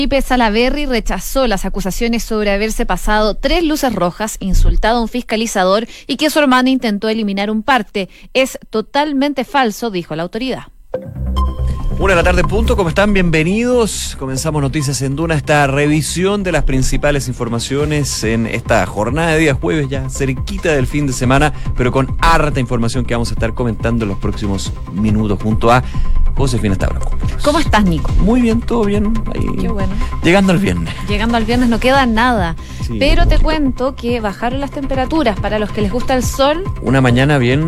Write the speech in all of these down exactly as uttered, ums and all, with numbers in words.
Felipe Salaverry rechazó las acusaciones sobre haberse pasado tres luces rojas, insultado a un fiscalizador y que su hermana intentó eliminar un parte. Es totalmente falso, dijo la autoridad. Una de la tarde, punto. ¿Cómo están? Bienvenidos. Comenzamos Noticias en Duna, esta revisión de las principales informaciones en esta jornada de día jueves, ya cerquita del fin de semana, pero con harta información que vamos a estar comentando en los próximos minutos junto a Josefina Stavrakopoulos. ¿Cómo estás, Nico? Muy bien, todo bien. Ahí, qué bueno. Llegando al viernes. Llegando al viernes no queda nada. Sí. Pero te cuento que bajaron las temperaturas para los que les gusta el sol. Una mañana bien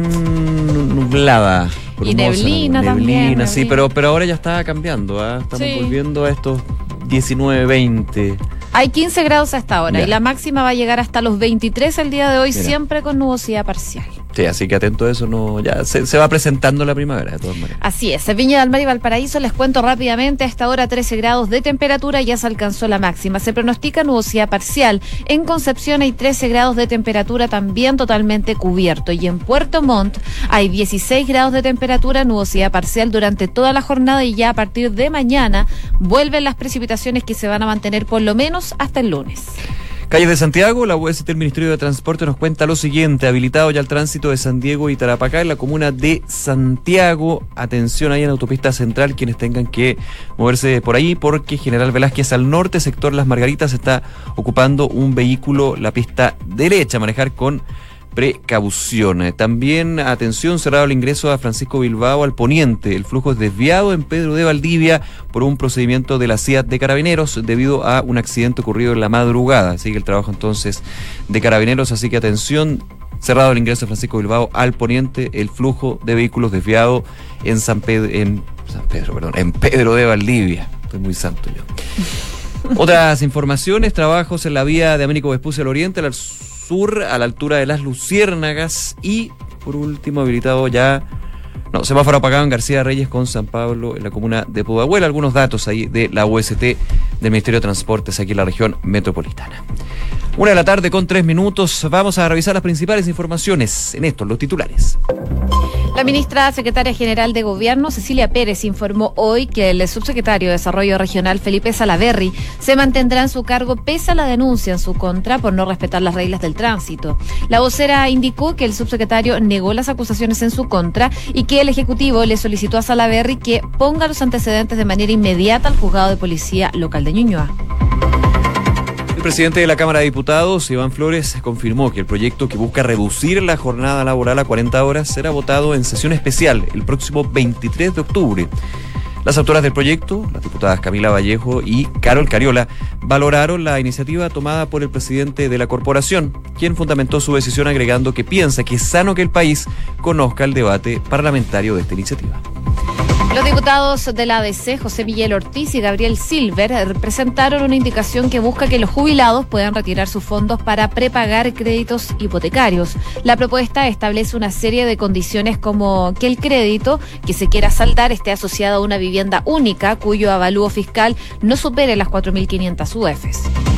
nublada. Y neblina, neblina también. Neblina, sí, neblina. pero, pero ahora ya está cambiando. ¿eh? Estamos Sí. volviendo a estos diecinueve, veinte. Hay quince grados a esta hora Ya. y la máxima va a llegar hasta los veintitrés el día de hoy, Mira. siempre con nubosidad parcial. Sí, así que atento a eso, no, ya se, se va presentando la primavera de todas maneras. Así es, en Viña del Mar y Valparaíso les cuento rápidamente, a esta hora trece grados de temperatura, ya se alcanzó la máxima. Se pronostica nubosidad parcial. En Concepción hay trece grados de temperatura, también totalmente cubierto. Y en Puerto Montt hay dieciséis grados de temperatura, nubosidad parcial durante toda la jornada, y ya a partir de mañana vuelven las precipitaciones que se van a mantener por lo menos hasta el lunes. Calles de Santiago, la U S T del Ministerio de Transporte nos cuenta lo siguiente: habilitado ya el tránsito de San Diego y Tarapacá en la comuna de Santiago. Atención ahí en Autopista Central, quienes tengan que moverse por ahí, porque General Velázquez al norte, sector Las Margaritas, está ocupando un vehículo la pista derecha, manejar con precaución. También, atención, cerrado el ingreso a Francisco Bilbao al poniente. El flujo es desviado en Pedro de Valdivia por un procedimiento de la C I A T de Carabineros debido a un accidente ocurrido en la madrugada. Sigue el trabajo entonces de Carabineros, así que atención, cerrado el ingreso a Francisco Bilbao al poniente, el flujo de vehículos desviado en San Pedro, en San Pedro, perdón, en Pedro de Valdivia. Estoy muy santo yo. Otras informaciones: trabajos en la vía de Américo Vespucio al oriente, al sur, a la altura de Las Luciérnagas, y por último habilitado ya, no, semáforo apagado en García Reyes con San Pablo en la comuna de Pudahuel. Algunos datos ahí de la U S T del Ministerio de Transportes aquí en la región metropolitana. Una de la tarde con tres minutos. Vamos a revisar las principales informaciones en estos, los titulares. La ministra secretaria general de Gobierno, Cecilia Pérez, informó hoy que el subsecretario de Desarrollo Regional, Felipe Salaverry, se mantendrá en su cargo pese a la denuncia en su contra por no respetar las reglas del tránsito. La vocera indicó que el subsecretario negó las acusaciones en su contra y que el Ejecutivo le solicitó a Salaverry que ponga los antecedentes de manera inmediata al juzgado de policía local de Ñuñoa. El presidente de la Cámara de Diputados, Iván Flores, confirmó que el proyecto que busca reducir la jornada laboral a cuarenta horas será votado en sesión especial el próximo veintitrés de octubre. Las autoras del proyecto, las diputadas Camila Vallejo y Carol Cariola, valoraron la iniciativa tomada por el presidente de la corporación, quien fundamentó su decisión agregando que piensa que es sano que el país conozca el debate parlamentario de esta iniciativa. Los diputados de la A D C, José Miguel Ortiz y Gabriel Silver, presentaron una indicación que busca que los jubilados puedan retirar sus fondos para prepagar créditos hipotecarios. La propuesta establece una serie de condiciones, como que el crédito que se quiera saldar esté asociado a una vivienda única cuyo avalúo fiscal no supere las cuatro mil quinientas U Efes.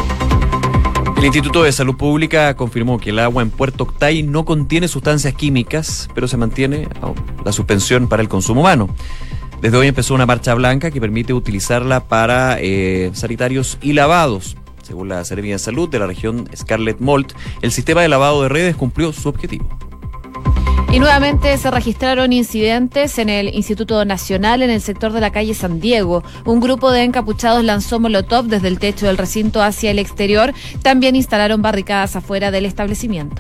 El Instituto de Salud Pública confirmó que el agua en Puerto Octay no contiene sustancias químicas, pero se mantiene la suspensión para el consumo humano. Desde hoy empezó una marcha blanca que permite utilizarla para eh, sanitarios y lavados. Según la Seremía de Salud de la región Scarlett Mold, el sistema de lavado de redes cumplió su objetivo. Y nuevamente se registraron incidentes en el Instituto Nacional en el sector de la calle San Diego. Un grupo de encapuchados lanzó molotov desde el techo del recinto hacia el exterior. También instalaron barricadas afuera del establecimiento.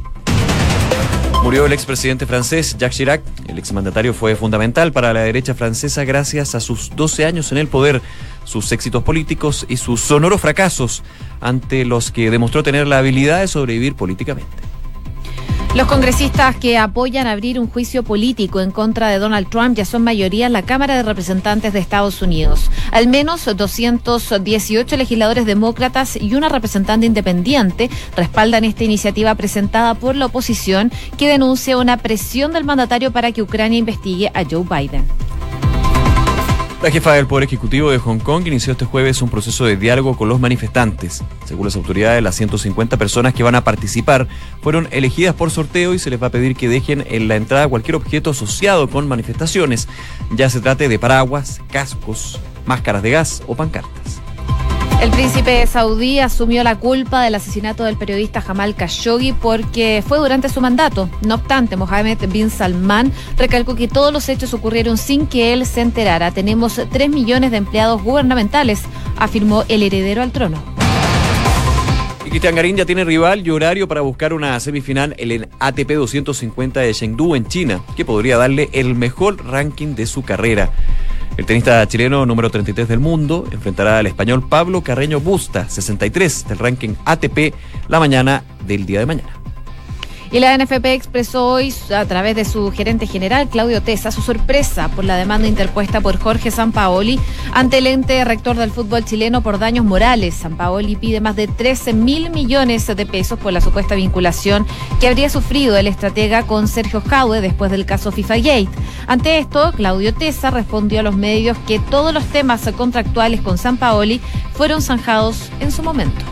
Murió el expresidente francés Jacques Chirac. El exmandatario fue fundamental para la derecha francesa gracias a sus doce años en el poder, sus éxitos políticos y sus sonoros fracasos, ante los que demostró tener la habilidad de sobrevivir políticamente. Los congresistas que apoyan abrir un juicio político en contra de Donald Trump ya son mayoría en la Cámara de Representantes de Estados Unidos. Al menos doscientos dieciocho legisladores demócratas y una representante independiente respaldan esta iniciativa presentada por la oposición, que denuncia una presión del mandatario para que Ucrania investigue a Joe Biden. La jefa del Poder Ejecutivo de Hong Kong inició este jueves un proceso de diálogo con los manifestantes. Según las autoridades, las ciento cincuenta personas que van a participar fueron elegidas por sorteo y se les va a pedir que dejen en la entrada cualquier objeto asociado con manifestaciones, ya se trate de paraguas, cascos, máscaras de gas o pancartas. El príncipe saudí asumió la culpa del asesinato del periodista Jamal Khashoggi porque fue durante su mandato. No obstante, Mohammed bin Salman recalcó que todos los hechos ocurrieron sin que él se enterara. Tenemos tres millones de empleados gubernamentales, afirmó el heredero al trono. Y Cristian Garín ya tiene rival y horario para buscar una semifinal en el A T P doscientos cincuenta de Chengdu en China, que podría darle el mejor ranking de su carrera. El tenista chileno número treinta y tres del mundo enfrentará al español Pablo Carreño Busta, sesenta y tres del ranking A T P, la mañana del día de mañana. Y la N F P expresó hoy, a través de su gerente general, Claudio Tesa, su sorpresa por la demanda interpuesta por Jorge Sampaoli ante el ente rector del fútbol chileno por daños morales. Sampaoli pide más de trece mil millones de pesos por la supuesta vinculación que habría sufrido el estratega con Sergio Jadue después del caso FIFA Gate. Ante esto, Claudio Tesa respondió a los medios que todos los temas contractuales con Sampaoli fueron zanjados en su momento.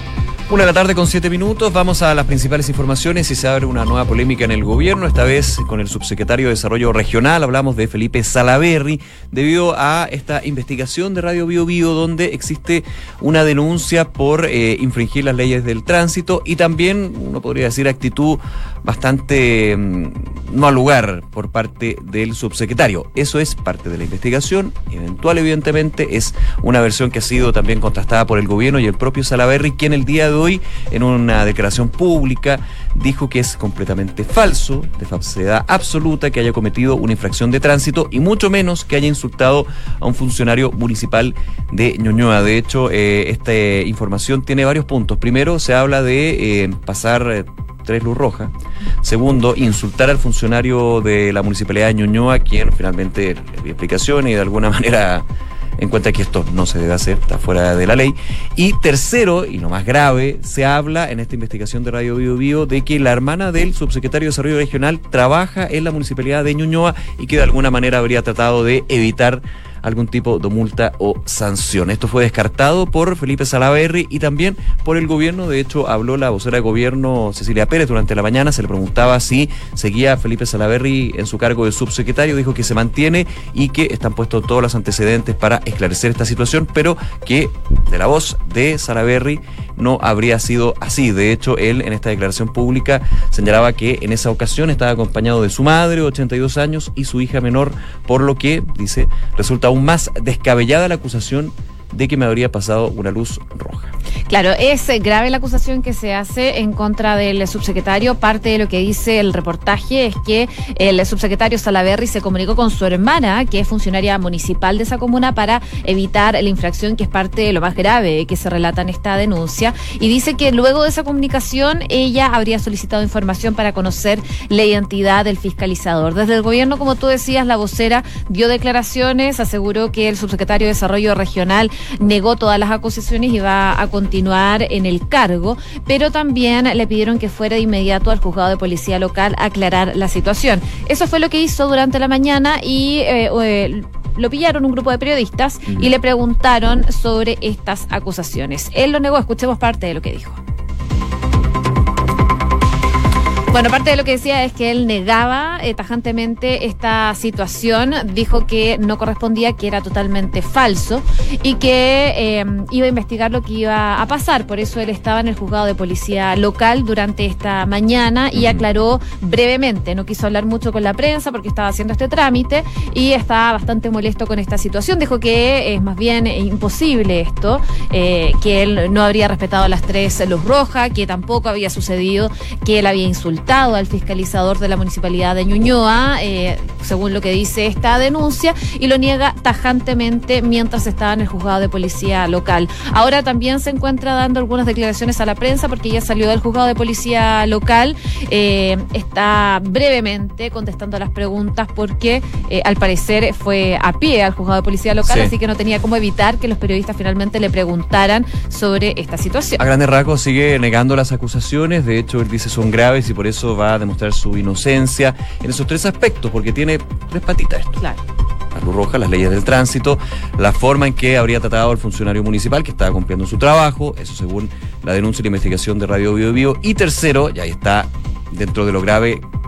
Una de la tarde con siete minutos, vamos a las principales informaciones y se abre una nueva polémica en el gobierno, esta vez con el subsecretario de Desarrollo Regional, hablamos de Felipe Salaverry, debido a esta investigación de Radio Bio Bio donde existe una denuncia por eh, infringir las leyes del tránsito y también, uno podría decir, actitud bastante mmm, no al lugar por parte del subsecretario. Eso es parte de la investigación, eventual evidentemente, es una versión que ha sido también contrastada por el gobierno y el propio Salaverry, quien el día de hoy, en una declaración pública, dijo que es completamente falso, de falsedad absoluta, que haya cometido una infracción de tránsito y mucho menos que haya insultado a un funcionario municipal de Ñuñoa. De hecho, eh, esta información tiene varios puntos. Primero, se habla de eh, pasar eh, tres luz roja. Segundo, insultar al funcionario de la municipalidad de Ñuñoa, quien finalmente le dio explicaciones y de alguna manera encuentra que esto no se debe hacer, está fuera de la ley. Y tercero, y lo más grave, se habla en esta investigación de Radio Bio Bio de que la hermana del subsecretario de Desarrollo Regional trabaja en la municipalidad de Ñuñoa y que de alguna manera habría tratado de evitar algún tipo de multa o sanción. Esto fue descartado por Felipe Salaverry y también por el gobierno. De hecho, habló la vocera de gobierno Cecilia Pérez durante la mañana, se le preguntaba si seguía Felipe Salaverry en su cargo de subsecretario, dijo que se mantiene y que están puestos todos los antecedentes para esclarecer esta situación, pero que de la voz de Salaverry no habría sido así. De hecho, él en esta declaración pública señalaba que en esa ocasión estaba acompañado de su madre, ochenta y dos años, y su hija menor, por lo que, dice, resulta aún más descabellada la acusación de que me habría pasado una luz roja. Claro, es grave la acusación que se hace en contra del subsecretario. Parte de lo que dice el reportaje es que el subsecretario Salaverry se comunicó con su hermana, que es funcionaria municipal de esa comuna, para evitar la infracción, que es parte de lo más grave que se relata en esta denuncia, y dice que luego de esa comunicación ella habría solicitado información para conocer la identidad del fiscalizador. Desde el gobierno, como tú decías, la vocera dio declaraciones, aseguró que el subsecretario de Desarrollo Regional negó todas las acusaciones y va a continuar en el cargo, pero también le pidieron que fuera de inmediato al juzgado de policía local a aclarar la situación. Eso fue lo que hizo durante la mañana y eh, eh, lo pillaron un grupo de periodistas y le preguntaron sobre estas acusaciones. Él lo negó, escuchemos parte de lo que dijo. Bueno, parte de lo que decía es que él negaba eh, tajantemente esta situación, dijo que no correspondía, que era totalmente falso y que eh, iba a investigar lo que iba a pasar. Por eso él estaba en el juzgado de policía local durante esta mañana y aclaró brevemente, no quiso hablar mucho con la prensa porque estaba haciendo este trámite y estaba bastante molesto con esta situación. Dijo que es más bien imposible esto, eh, que él no habría respetado las tres luz rojas, que tampoco había sucedido que él había insultado al fiscalizador de la municipalidad de Ñuñoa, eh, según lo que dice esta denuncia, y lo niega tajantemente mientras estaba en el juzgado de policía local. Ahora también se encuentra dando algunas declaraciones a la prensa porque ya salió del juzgado de policía local, eh, está brevemente contestando las preguntas porque eh, al parecer fue a pie al juzgado de policía local, sí. Así que no tenía cómo evitar que los periodistas finalmente le preguntaran sobre esta situación. A grandes rasgos sigue negando las acusaciones, de hecho él dice son graves y por eso va a demostrar su inocencia en esos tres aspectos, porque tiene tres patitas esto. Claro. La luz roja, las leyes del tránsito, la forma en que habría tratado al funcionario municipal que estaba cumpliendo su trabajo, eso según la denuncia y la investigación de Radio Bio Bio. Y tercero, y ahí está dentro de lo grave,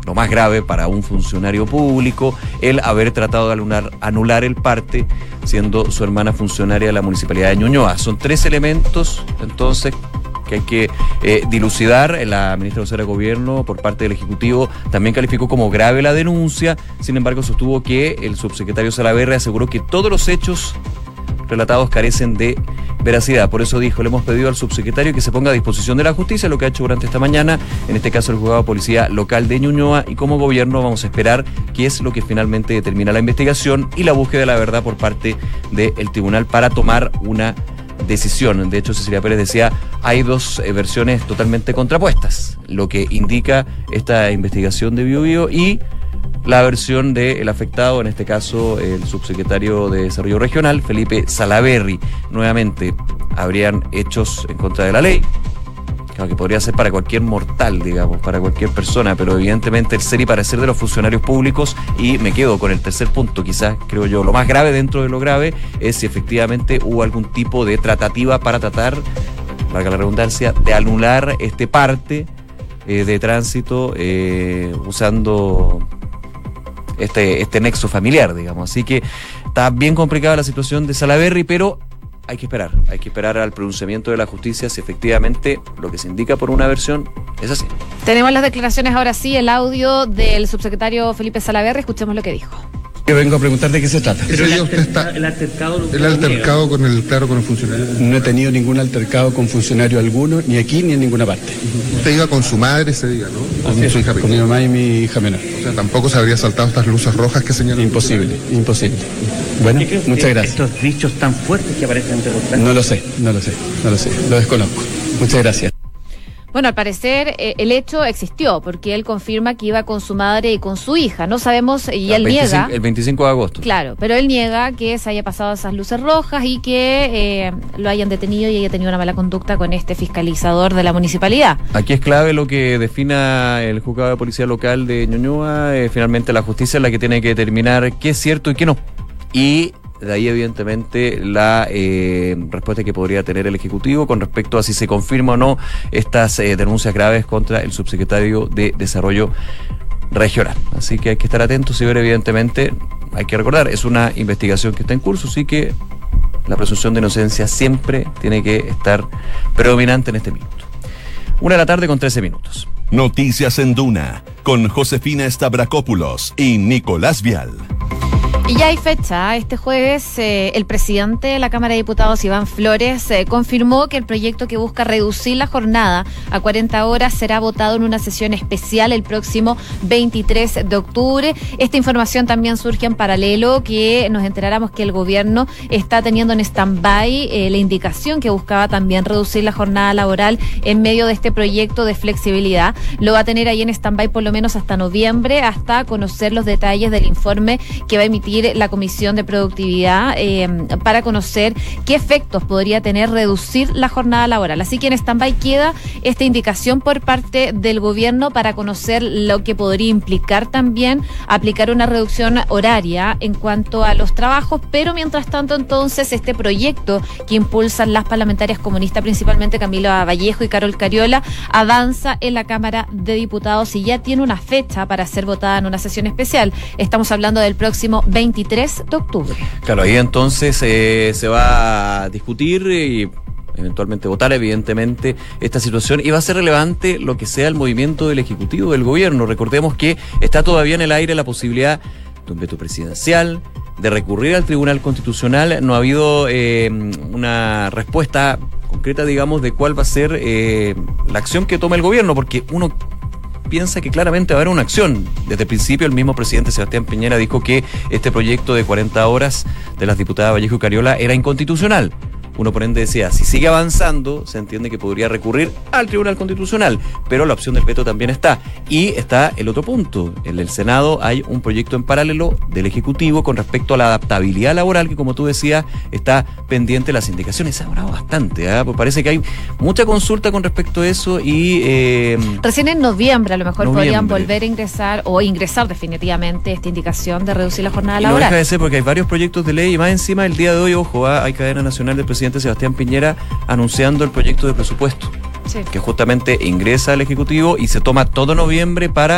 lo más grave para un funcionario público, el haber tratado de anular, anular el parte, siendo su hermana funcionaria de la Municipalidad de Ñuñoa. Son tres elementos, entonces, que hay que eh, dilucidar. La ministra vocera de Gobierno, por parte del Ejecutivo, también calificó como grave la denuncia. Sin embargo, sostuvo que el subsecretario Salaverry aseguró que todos los hechos relatados carecen de veracidad. Por eso dijo, le hemos pedido al subsecretario que se ponga a disposición de la justicia, lo que ha hecho durante esta mañana, en este caso el juzgado de policía local de Ñuñoa, y como gobierno vamos a esperar qué es lo que finalmente determina la investigación y la búsqueda de la verdad por parte del tribunal para tomar una decisión. De hecho, Cecilia Pérez decía, hay dos eh, versiones totalmente contrapuestas, lo que indica esta investigación de Bío Bío y la versión del afectado, en este caso el subsecretario de Desarrollo Regional, Felipe Salaverry. Nuevamente, habrían hechos en contra de la ley, claro, que podría ser para cualquier mortal, digamos, para cualquier persona, pero evidentemente el ser y parecer de los funcionarios públicos, y me quedo con el tercer punto, quizás, creo yo, lo más grave dentro de lo grave, es si efectivamente hubo algún tipo de tratativa para tratar, valga la redundancia, de anular este parte eh, de tránsito eh, usando este, este nexo familiar, digamos. Así que está bien complicada la situación de Salaverry, pero hay que esperar, hay que esperar al pronunciamiento de la justicia si efectivamente lo que se indica por una versión es así. Tenemos las declaraciones ahora sí, el audio del subsecretario Felipe Salaverry, escuchemos lo que dijo. Yo vengo a preguntar de qué se trata. Pero el, usted está, el altercado, el altercado con el claro con el funcionario. No he tenido ningún altercado con funcionario alguno, ni aquí ni en ninguna parte. Usted iba con su madre ese día, ¿no? Con sí, su hija con mi mamá y mi hija menor. O sea, tampoco se habría saltado estas luces rojas que señalan. Imposible, imposible. Bueno, muchas gracias. Estos dichos tan fuertes que aparecen entre los No lo sé, no lo sé, no lo sé, lo desconozco. Muchas gracias. Bueno, al parecer eh, el hecho existió, porque él confirma que iba con su madre y con su hija. No sabemos, y el él veinticinco, niega... El veinticinco de agosto. Claro, pero él niega que se haya pasado esas luces rojas y que eh, lo hayan detenido y haya tenido una mala conducta con este fiscalizador de la municipalidad. Aquí es clave lo que defina el juzgado de policía local de Ñuñoa. Eh, finalmente la justicia es la que tiene que determinar qué es cierto y qué no. Y de ahí, evidentemente, la eh, respuesta que podría tener el Ejecutivo con respecto a si se confirma o no estas eh, denuncias graves contra el subsecretario de Desarrollo Regional. Así que hay que estar atentos y ver, evidentemente, hay que recordar, es una investigación que está en curso, así que la presunción de inocencia siempre tiene que estar predominante en este minuto. Una de la tarde con trece minutos. Noticias en Duna, con Josefina Stavrakopoulos y Nicolás Vial. Y ya hay fecha. Este jueves eh, el presidente de la Cámara de Diputados, Iván Flores, eh, confirmó que el proyecto que busca reducir la jornada a cuarenta horas será votado en una sesión especial el próximo veintitrés de octubre. Esta información también surge en paralelo, que nos enteráramos que el gobierno está teniendo en stand-by eh, la indicación que buscaba también reducir la jornada laboral en medio de este proyecto de flexibilidad. Lo va a tener ahí en stand-by por lo menos hasta noviembre, hasta conocer los detalles del informe que va a emitir la Comisión de Productividad eh, para conocer qué efectos podría tener reducir la jornada laboral. Así que en stand-by queda esta indicación por parte del gobierno para conocer lo que podría implicar también aplicar una reducción horaria en cuanto a los trabajos, pero mientras tanto entonces este proyecto que impulsan las parlamentarias comunistas, principalmente Camila Vallejo y Carol Cariola, avanza en la Cámara de Diputados y ya tiene una fecha para ser votada en una sesión especial. Estamos hablando del próximo veintitrés de octubre. Claro, ahí entonces eh, se va a discutir y eventualmente votar, evidentemente, esta situación, y va a ser relevante lo que sea el movimiento del Ejecutivo, del Gobierno. Recordemos que está todavía en el aire la posibilidad de un veto presidencial, de recurrir al Tribunal Constitucional. No ha habido eh, una respuesta concreta, digamos, de cuál va a ser eh, la acción que tome el Gobierno, porque uno piensa que claramente va a haber una acción. Desde el principio el mismo presidente Sebastián Piñera dijo que este proyecto de cuarenta horas de las diputadas Vallejo y Cariola era inconstitucional. Uno por ende decía, si sigue avanzando, se entiende que podría recurrir al Tribunal Constitucional, pero la opción del veto también está. Y está el otro punto. En el Senado hay un proyecto en paralelo del Ejecutivo con respecto a la adaptabilidad laboral, que como tú decías, está pendiente de las indicaciones. Se ha hablado bastante, ¿eh? Pues parece que hay mucha consulta con respecto a eso y... Eh, Recién en noviembre a lo mejor noviembre. podrían volver a ingresar o ingresar definitivamente esta indicación de reducir la jornada y laboral. no deja de ser porque hay varios proyectos de ley y más encima el día de hoy, ojo, ¿eh? Hay cadena nacional del presidente Sebastián Piñera anunciando el proyecto de presupuesto, sí, que justamente ingresa al Ejecutivo y se toma todo noviembre para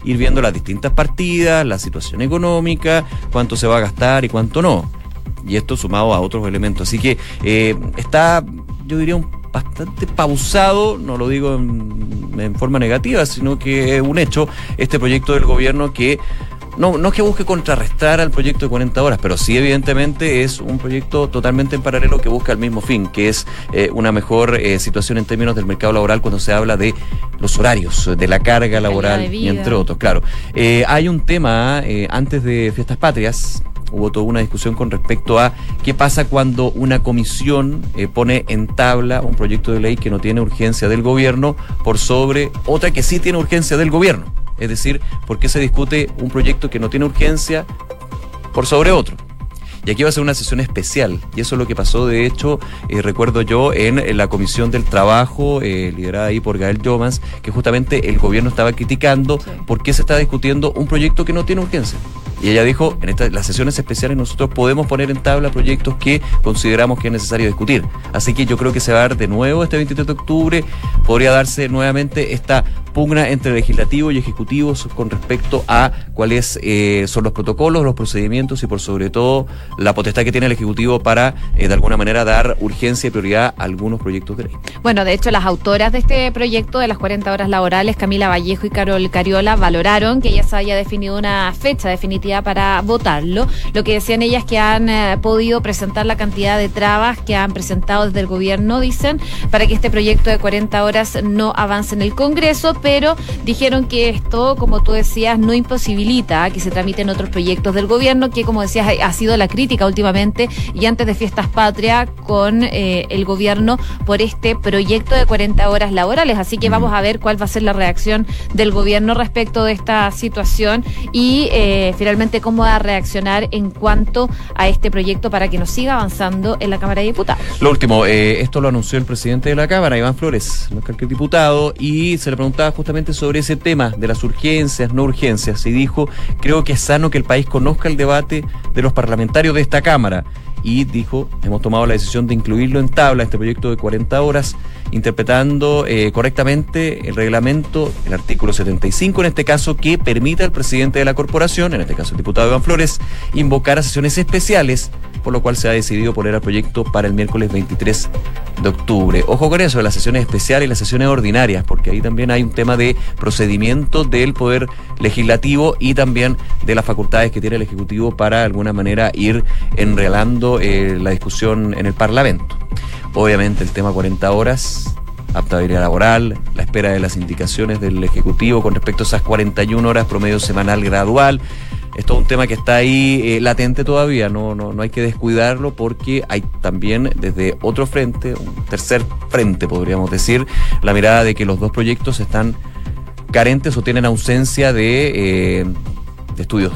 ir viendo las distintas partidas, la situación económica, cuánto se va a gastar y cuánto no. Y esto sumado a otros elementos. Así que eh, está, yo diría, un bastante pausado, no lo digo en, en forma negativa, sino que es un hecho, este proyecto del gobierno que no, no es que busque contrarrestar al proyecto de cuarenta horas, pero sí evidentemente es un proyecto totalmente en paralelo que busca el mismo fin, que es eh, una mejor eh, situación en términos del mercado laboral cuando se habla de los horarios, de la carga laboral y entre otros, claro. Eh, hay un tema, eh, antes de Fiestas Patrias, hubo toda una discusión con respecto a qué pasa cuando una comisión eh, pone en tabla un proyecto de ley que no tiene urgencia del gobierno por sobre otra que sí tiene urgencia del gobierno. Es decir, ¿por qué se discute un proyecto que no tiene urgencia por sobre otro? Y aquí va a ser una sesión especial, y eso es lo que pasó, de hecho, eh, recuerdo yo, en, en la Comisión del Trabajo, eh, liderada ahí por Gael Llomans, que justamente el gobierno estaba criticando sí. por qué se está discutiendo un proyecto que no tiene urgencia. Y ella dijo, en esta, las sesiones especiales nosotros podemos poner en tabla proyectos que consideramos que es necesario discutir. Así que yo creo que se va a dar de nuevo este veintitrés de octubre, podría darse nuevamente esta pugna entre legislativo y ejecutivo con respecto a cuáles eh, son los protocolos, los procedimientos y por sobre todo la potestad que tiene el ejecutivo para eh, de alguna manera dar urgencia y prioridad a algunos proyectos de ley. Bueno, de hecho las autoras de este proyecto de las cuarenta horas laborales, Camila Vallejo y Carol Cariola, valoraron que ya se haya definido una fecha definitiva para votarlo. Lo que decían ellas que han eh, podido presentar la cantidad de trabas que han presentado desde el gobierno, dicen, para que este proyecto de cuarenta horas no avance en el Congreso, pero dijeron que esto, como tú decías, no imposibilita que se tramiten otros proyectos del gobierno, que como decías ha sido la crítica últimamente y antes de Fiestas Patrias con eh, el gobierno por este proyecto de cuarenta horas laborales. Así que vamos a ver cuál va a ser la reacción del gobierno respecto de esta situación y eh, finalmente cómo va a reaccionar en cuanto a este proyecto para que nos siga avanzando en la Cámara de Diputados. Lo último, eh, esto lo anunció el presidente de la Cámara, Iván Flores, el diputado, y se le preguntaba justamente sobre ese tema de las urgencias, no urgencias, y dijo, creo que es sano que el país conozca el debate de los parlamentarios de esta Cámara. Y dijo, hemos tomado la decisión de incluirlo en tabla, este proyecto de cuarenta horas, interpretando eh, correctamente el reglamento, el artículo setenta y cinco en este caso, que permite al presidente de la corporación, en este caso el diputado Iván Flores, invocar a sesiones especiales, por lo cual se ha decidido poner al proyecto para el miércoles veintitrés de octubre. Ojo con eso, de las sesiones especiales y las sesiones ordinarias, porque ahí también hay un tema de procedimiento del Poder Legislativo y también de las facultades que tiene el Ejecutivo para de alguna manera ir enrelando eh, la discusión en el Parlamento. Obviamente el tema cuarenta horas, adaptabilidad laboral, la espera de las indicaciones del Ejecutivo con respecto a esas cuarenta y una horas promedio semanal gradual. Esto es un tema que está ahí eh, latente todavía, no, no, no hay que descuidarlo porque hay también desde otro frente, un tercer frente podríamos decir, la mirada de que los dos proyectos están carentes o tienen ausencia de, eh, de estudios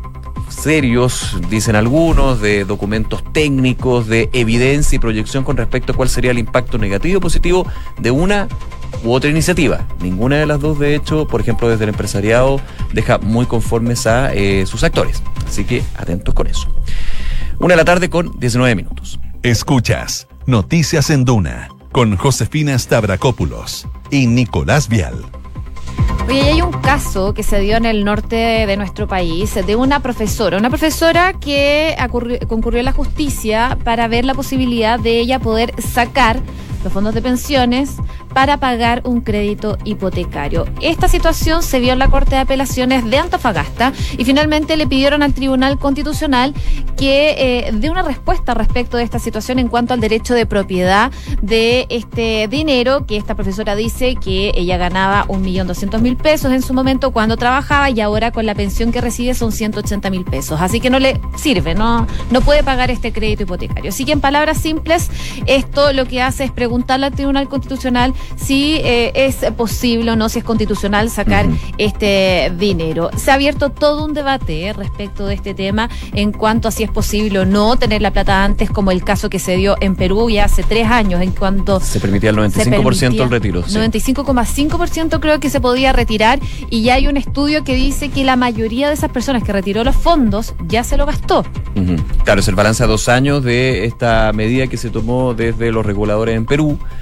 serios, dicen algunos, de documentos técnicos, de evidencia y proyección con respecto a cuál sería el impacto negativo o positivo de una u otra iniciativa. Ninguna de las dos, de hecho, por ejemplo, desde el empresariado, deja muy conformes a eh, sus actores. Así que atentos con eso. Una de la tarde con diecinueve minutos. Escuchas Noticias en Duna con Josefina Stavrakopoulos y Nicolás Vial. Oye, hay un caso que se dio en el norte de nuestro país de una profesora, una profesora que concurrió a la justicia para ver la posibilidad de ella poder sacar los fondos de pensiones para pagar un crédito hipotecario. Esta situación se vio en la Corte de Apelaciones de Antofagasta y finalmente le pidieron al Tribunal Constitucional que eh, dé una respuesta respecto de esta situación en cuanto al derecho de propiedad de este dinero, que esta profesora dice que ella ganaba un millón doscientos mil pesos en su momento cuando trabajaba y ahora con la pensión que recibe son ciento ochenta mil pesos. Así que no le sirve, no, no puede pagar este crédito hipotecario. Así que en palabras simples, esto lo que hace es preguntarle al Tribunal Constitucional si eh, es posible o no, si es constitucional sacar uh-huh. este dinero. Se ha abierto todo un debate eh, respecto de este tema en cuanto a si es posible o no tener la plata antes, como el caso que se dio en Perú ya hace tres años, en cuanto se permitía el noventa y cinco por ciento el retiro. Sí. noventa y cinco coma cinco por ciento creo que se podía retirar, y ya hay un estudio que dice que la mayoría de esas personas que retiró los fondos ya se lo gastó. Uh-huh. Claro, es el balance a dos años de esta medida que se tomó desde los reguladores en Perú.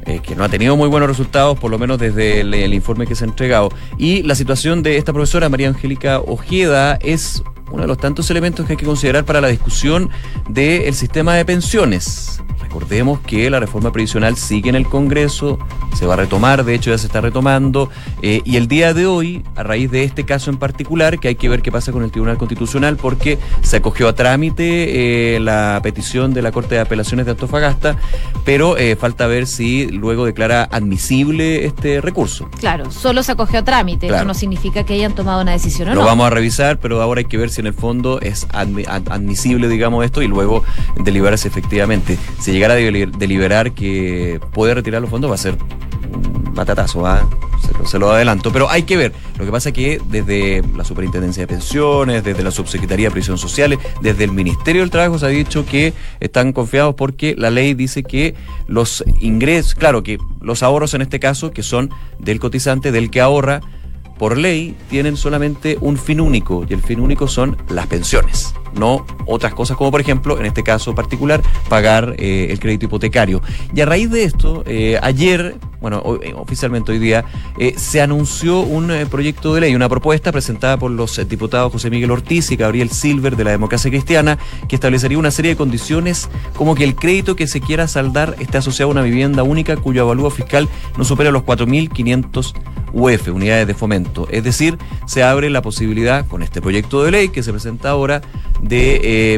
Eh, que no ha tenido muy buenos resultados, por lo menos desde el, el informe que se ha entregado. Y la situación de esta profesora, María Angélica Ojeda, es uno de los tantos elementos que hay que considerar para la discusión del sistema de pensiones. Recordemos que la reforma previsional sigue en el Congreso, se va a retomar, de hecho ya se está retomando, eh, y el día de hoy, a raíz de este caso en particular, que hay que ver qué pasa con el Tribunal Constitucional, porque se acogió a trámite eh, la petición de la Corte de Apelaciones de Antofagasta, pero eh, falta ver si luego declara admisible este recurso. Claro, solo se acogió a trámite, claro. Eso no significa que hayan tomado una decisión o Lo no. Lo vamos a revisar, pero ahora hay que ver si en el fondo es admi- admisible, digamos, esto, y luego deliberarse efectivamente. Si llegara a deliberar que puede retirar los fondos, va a ser un batatazo, ¿eh? se, lo, se lo adelanto, pero hay que ver. Lo que pasa es que desde la Superintendencia de Pensiones, desde la Subsecretaría de Previsión Social, desde el Ministerio del Trabajo se ha dicho que están confiados porque la ley dice que los ingresos, claro que los ahorros en este caso, que son del cotizante, del que ahorra, por ley tienen solamente un fin único, y el fin único son las pensiones, no otras cosas como, por ejemplo, en este caso particular, pagar eh, el crédito hipotecario. Y a raíz de esto, eh, ayer, bueno, hoy, oficialmente hoy día, eh, se anunció un eh, proyecto de ley, una propuesta presentada por los eh, diputados José Miguel Ortiz y Gabriel Silver de la Democracia Cristiana, que establecería una serie de condiciones como que el crédito que se quiera saldar esté asociado a una vivienda única cuyo avalúo fiscal no supere los cuatro mil quinientos U F, unidades de fomento. Es decir, se abre la posibilidad, con este proyecto de ley que se presenta ahora, de, eh,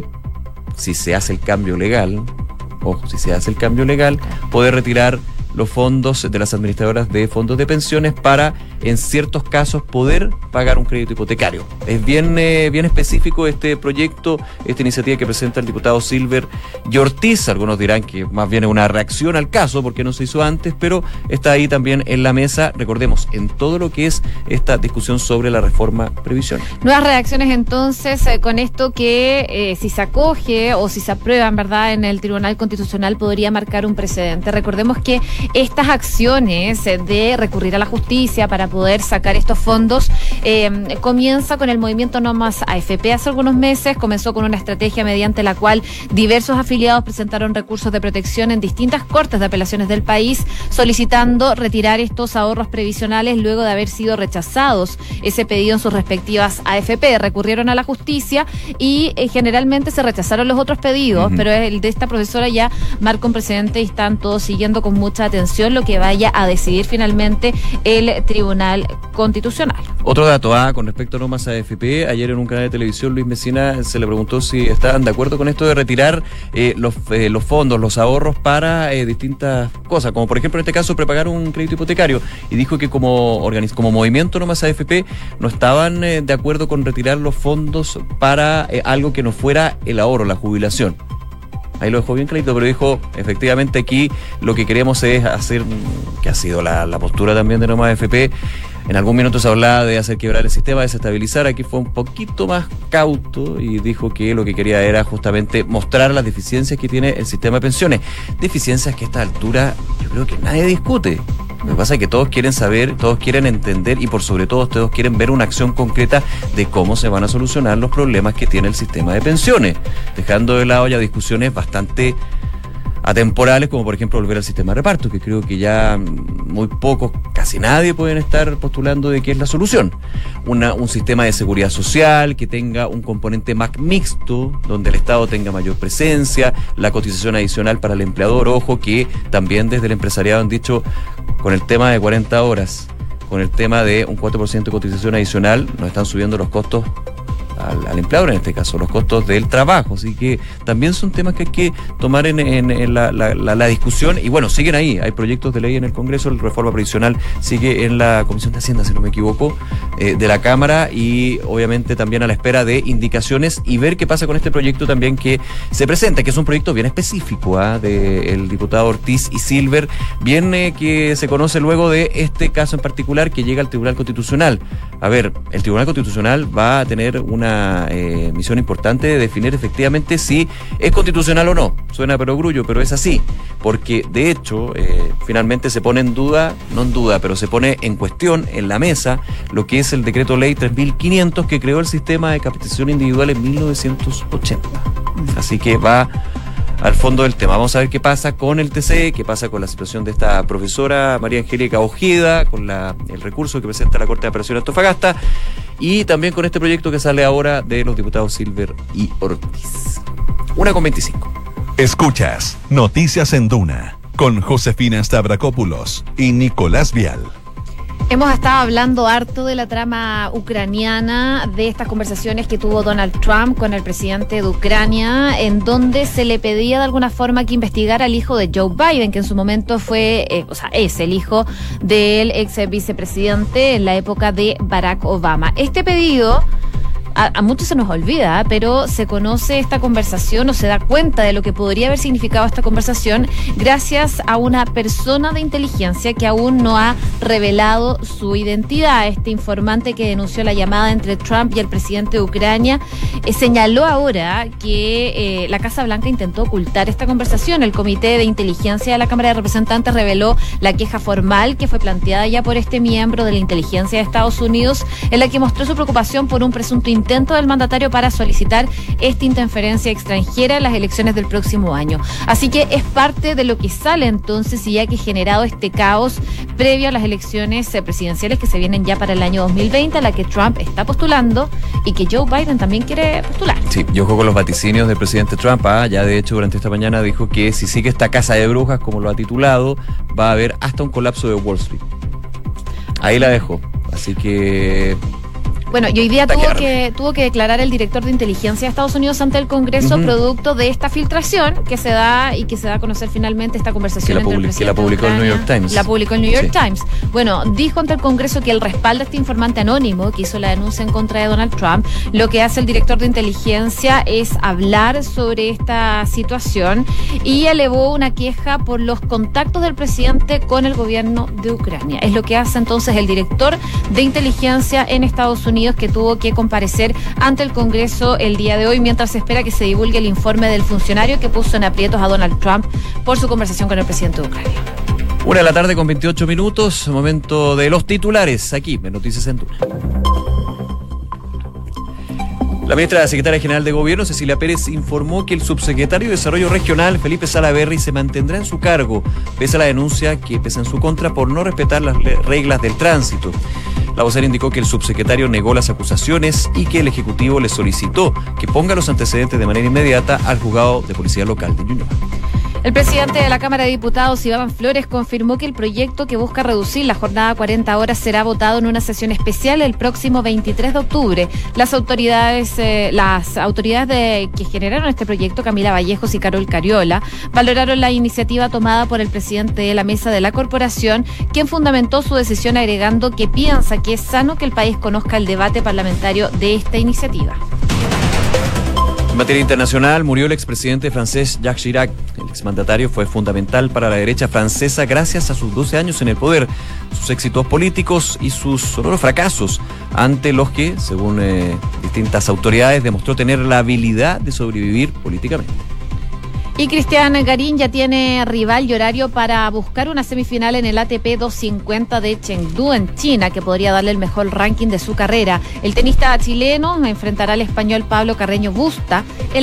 si se hace el cambio legal, ojo, si se hace el cambio legal, poder retirar los fondos de las administradoras de fondos de pensiones para, en ciertos casos, poder pagar un crédito hipotecario. Es bien, eh, bien específico este proyecto, esta iniciativa que presenta el diputado Silver y Ortiz. Algunos dirán que más bien es una reacción al caso porque no se hizo antes, pero está ahí también en la mesa, recordemos, en todo lo que es esta discusión sobre la reforma previsional. Nuevas reacciones entonces eh, con esto que eh, si se acoge o si se aprueba, en verdad, en el Tribunal Constitucional podría marcar un precedente. Recordemos que estas acciones de recurrir a la justicia para poder sacar estos fondos eh, comienza con el movimiento No Más A F P. Hace algunos meses comenzó con una estrategia mediante la cual diversos afiliados presentaron recursos de protección en distintas cortes de apelaciones del país solicitando retirar estos ahorros previsionales luego de haber sido rechazados ese pedido en sus respectivas A F P. Recurrieron a la justicia y eh, generalmente se rechazaron los otros pedidos, uh-huh. pero el de esta profesora ya marca un precedente y están todos siguiendo con mucha atención lo que vaya a decidir finalmente el Tribunal Constitucional. Otro dato, ah, con respecto a No Más A F P, ayer en un canal de televisión Luis Mesina se le preguntó si estaban de acuerdo con esto de retirar eh, los, eh, los fondos, los ahorros para eh, distintas cosas, como por ejemplo en este caso prepagar un crédito hipotecario, y dijo que como, organiz- como movimiento No Más A F P no estaban eh, de acuerdo con retirar los fondos para eh, algo que no fuera el ahorro, la jubilación. Ahí lo dejó bien clarito, pero dijo, efectivamente aquí lo que queremos es hacer, que ha sido la, la postura también de No Más A F P, en algún minuto se hablaba de hacer quebrar el sistema, desestabilizar, aquí fue un poquito más cauto y dijo que lo que quería era justamente mostrar las deficiencias que tiene el sistema de pensiones, deficiencias que a esta altura yo creo que nadie discute. Lo que pasa es que todos quieren saber, todos quieren entender y por sobre todo todos quieren ver una acción concreta de cómo se van a solucionar los problemas que tiene el sistema de pensiones, dejando de lado ya discusiones bastante atemporales, como por ejemplo volver al sistema de reparto, que creo que ya muy pocos, casi nadie pueden estar postulando de que es la solución. Una, un sistema de seguridad social que tenga un componente más mixto, donde el Estado tenga mayor presencia, la cotización adicional para el empleador, ojo que también desde el empresariado han dicho, con el tema de cuarenta horas, con el tema de un cuatro por ciento de cotización adicional, nos están subiendo los costos Al, al empleador, en este caso, los costos del trabajo. Así que también son temas que hay que tomar en, en, en la, la, la, la discusión. Y bueno, siguen ahí. Hay proyectos de ley en el Congreso. La reforma previsional sigue en la Comisión de Hacienda, si no me equivoco, eh, de la Cámara. Y obviamente también a la espera de indicaciones y ver qué pasa con este proyecto también que se presenta, que es un proyecto bien específico, ¿eh? del diputado Ortiz y Silver, bien eh, que se conoce luego de este caso en particular que llega al Tribunal Constitucional. A ver, el Tribunal Constitucional va a tener una una eh, misión importante de definir efectivamente si es constitucional o no. Suena perogrullo, pero es así, porque de hecho eh, finalmente se pone en duda, no en duda, pero se pone en cuestión en la mesa lo que es el decreto ley tres mil quinientos que creó el sistema de captación individual en mil novecientos ochenta. Así que va al fondo del tema. Vamos a ver qué pasa con el T C E, qué pasa con la situación de esta profesora María Angélica Ojeda, con la, el recurso que presenta la Corte de Apelación de Antofagasta, y también con este proyecto que sale ahora de los diputados Silver y Ortiz. una con veinticinco. Escuchas Noticias en Duna con Josefina Stavrakopoulos y Nicolás Vial. Hemos estado hablando harto de la trama ucraniana, de estas conversaciones que tuvo Donald Trump con el presidente de Ucrania, en donde se le pedía de alguna forma que investigara al hijo de Joe Biden, que en su momento fue, eh, o sea, es el hijo del ex vicepresidente en la época de Barack Obama. Este pedido A, a muchos se nos olvida, pero se conoce esta conversación o se da cuenta de lo que podría haber significado esta conversación gracias a una persona de inteligencia que aún no ha revelado su identidad. Este informante que denunció la llamada entre Trump y el presidente de Ucrania eh, señaló ahora que eh, la Casa Blanca intentó ocultar esta conversación. El Comité de Inteligencia de la Cámara de Representantes reveló la queja formal que fue planteada ya por este miembro de la inteligencia de Estados Unidos, en la que mostró su preocupación por un presunto intento del mandatario para solicitar esta interferencia extranjera en las elecciones del próximo año. Así que es parte de lo que sale entonces, y ya que ha generado este caos previo a las elecciones presidenciales que se vienen ya para el año dos mil veinte, a la que Trump está postulando y que Joe Biden también quiere postular. Sí, yo juego con los vaticinios del presidente Trump. ¿ah? Ya de hecho durante esta mañana dijo que si sigue esta casa de brujas, como lo ha titulado, va a haber hasta un colapso de Wall Street. Ahí la dejo. Así que... Bueno, y hoy día tuvo que, tuvo que declarar el director de inteligencia de Estados Unidos ante el Congreso, uh-huh, producto de esta filtración que se da y que se da a conocer finalmente esta conversación entre el presidente que la publicó el New York Times. La publicó el New York sí. Times. Bueno, dijo ante el Congreso que él respalda a este informante anónimo que hizo la denuncia en contra de Donald Trump. Lo que hace el director de inteligencia es hablar sobre esta situación y elevó una queja por los contactos del presidente con el gobierno de Ucrania. Es lo que hace entonces el director de inteligencia en Estados Unidos, que tuvo que comparecer ante el Congreso el día de hoy, mientras se espera que se divulgue el informe del funcionario que puso en aprietos a Donald Trump por su conversación con el presidente de Ucrania. Una de la tarde con veintiocho minutos, momento de los titulares aquí en Noticias en Duna. La ministra secretaria general de Gobierno, Cecilia Pérez, informó que el subsecretario de Desarrollo Regional, Felipe Salaverry, se mantendrá en su cargo, pese a la denuncia que pesa en su contra por no respetar las reglas del tránsito. La vocera indicó que el subsecretario negó las acusaciones y que el Ejecutivo le solicitó que ponga los antecedentes de manera inmediata al juzgado de policía local de Ñuñoa. El presidente de la Cámara de Diputados, Iván Flores, confirmó que el proyecto que busca reducir la jornada a cuarenta horas será votado en una sesión especial el próximo veintitrés de octubre. Las autoridades, eh, las autoridades de, que generaron este proyecto, Camila Vallejos y Carol Cariola, valoraron la iniciativa tomada por el presidente de la mesa de la corporación, quien fundamentó su decisión agregando que piensa que es sano que el país conozca el debate parlamentario de esta iniciativa. En materia internacional, murió el expresidente francés Jacques Chirac. El exmandatario fue fundamental para la derecha francesa gracias a sus doce años en el poder, sus éxitos políticos y sus sonoros fracasos, ante los que, según eh, distintas autoridades, demostró tener la habilidad de sobrevivir políticamente. Y Cristian Garín ya tiene rival y horario para buscar una semifinal en el A T P doscientos cincuenta de Chengdu en China, que podría darle el mejor ranking de su carrera. El tenista chileno enfrentará al español Pablo Carreño Busta en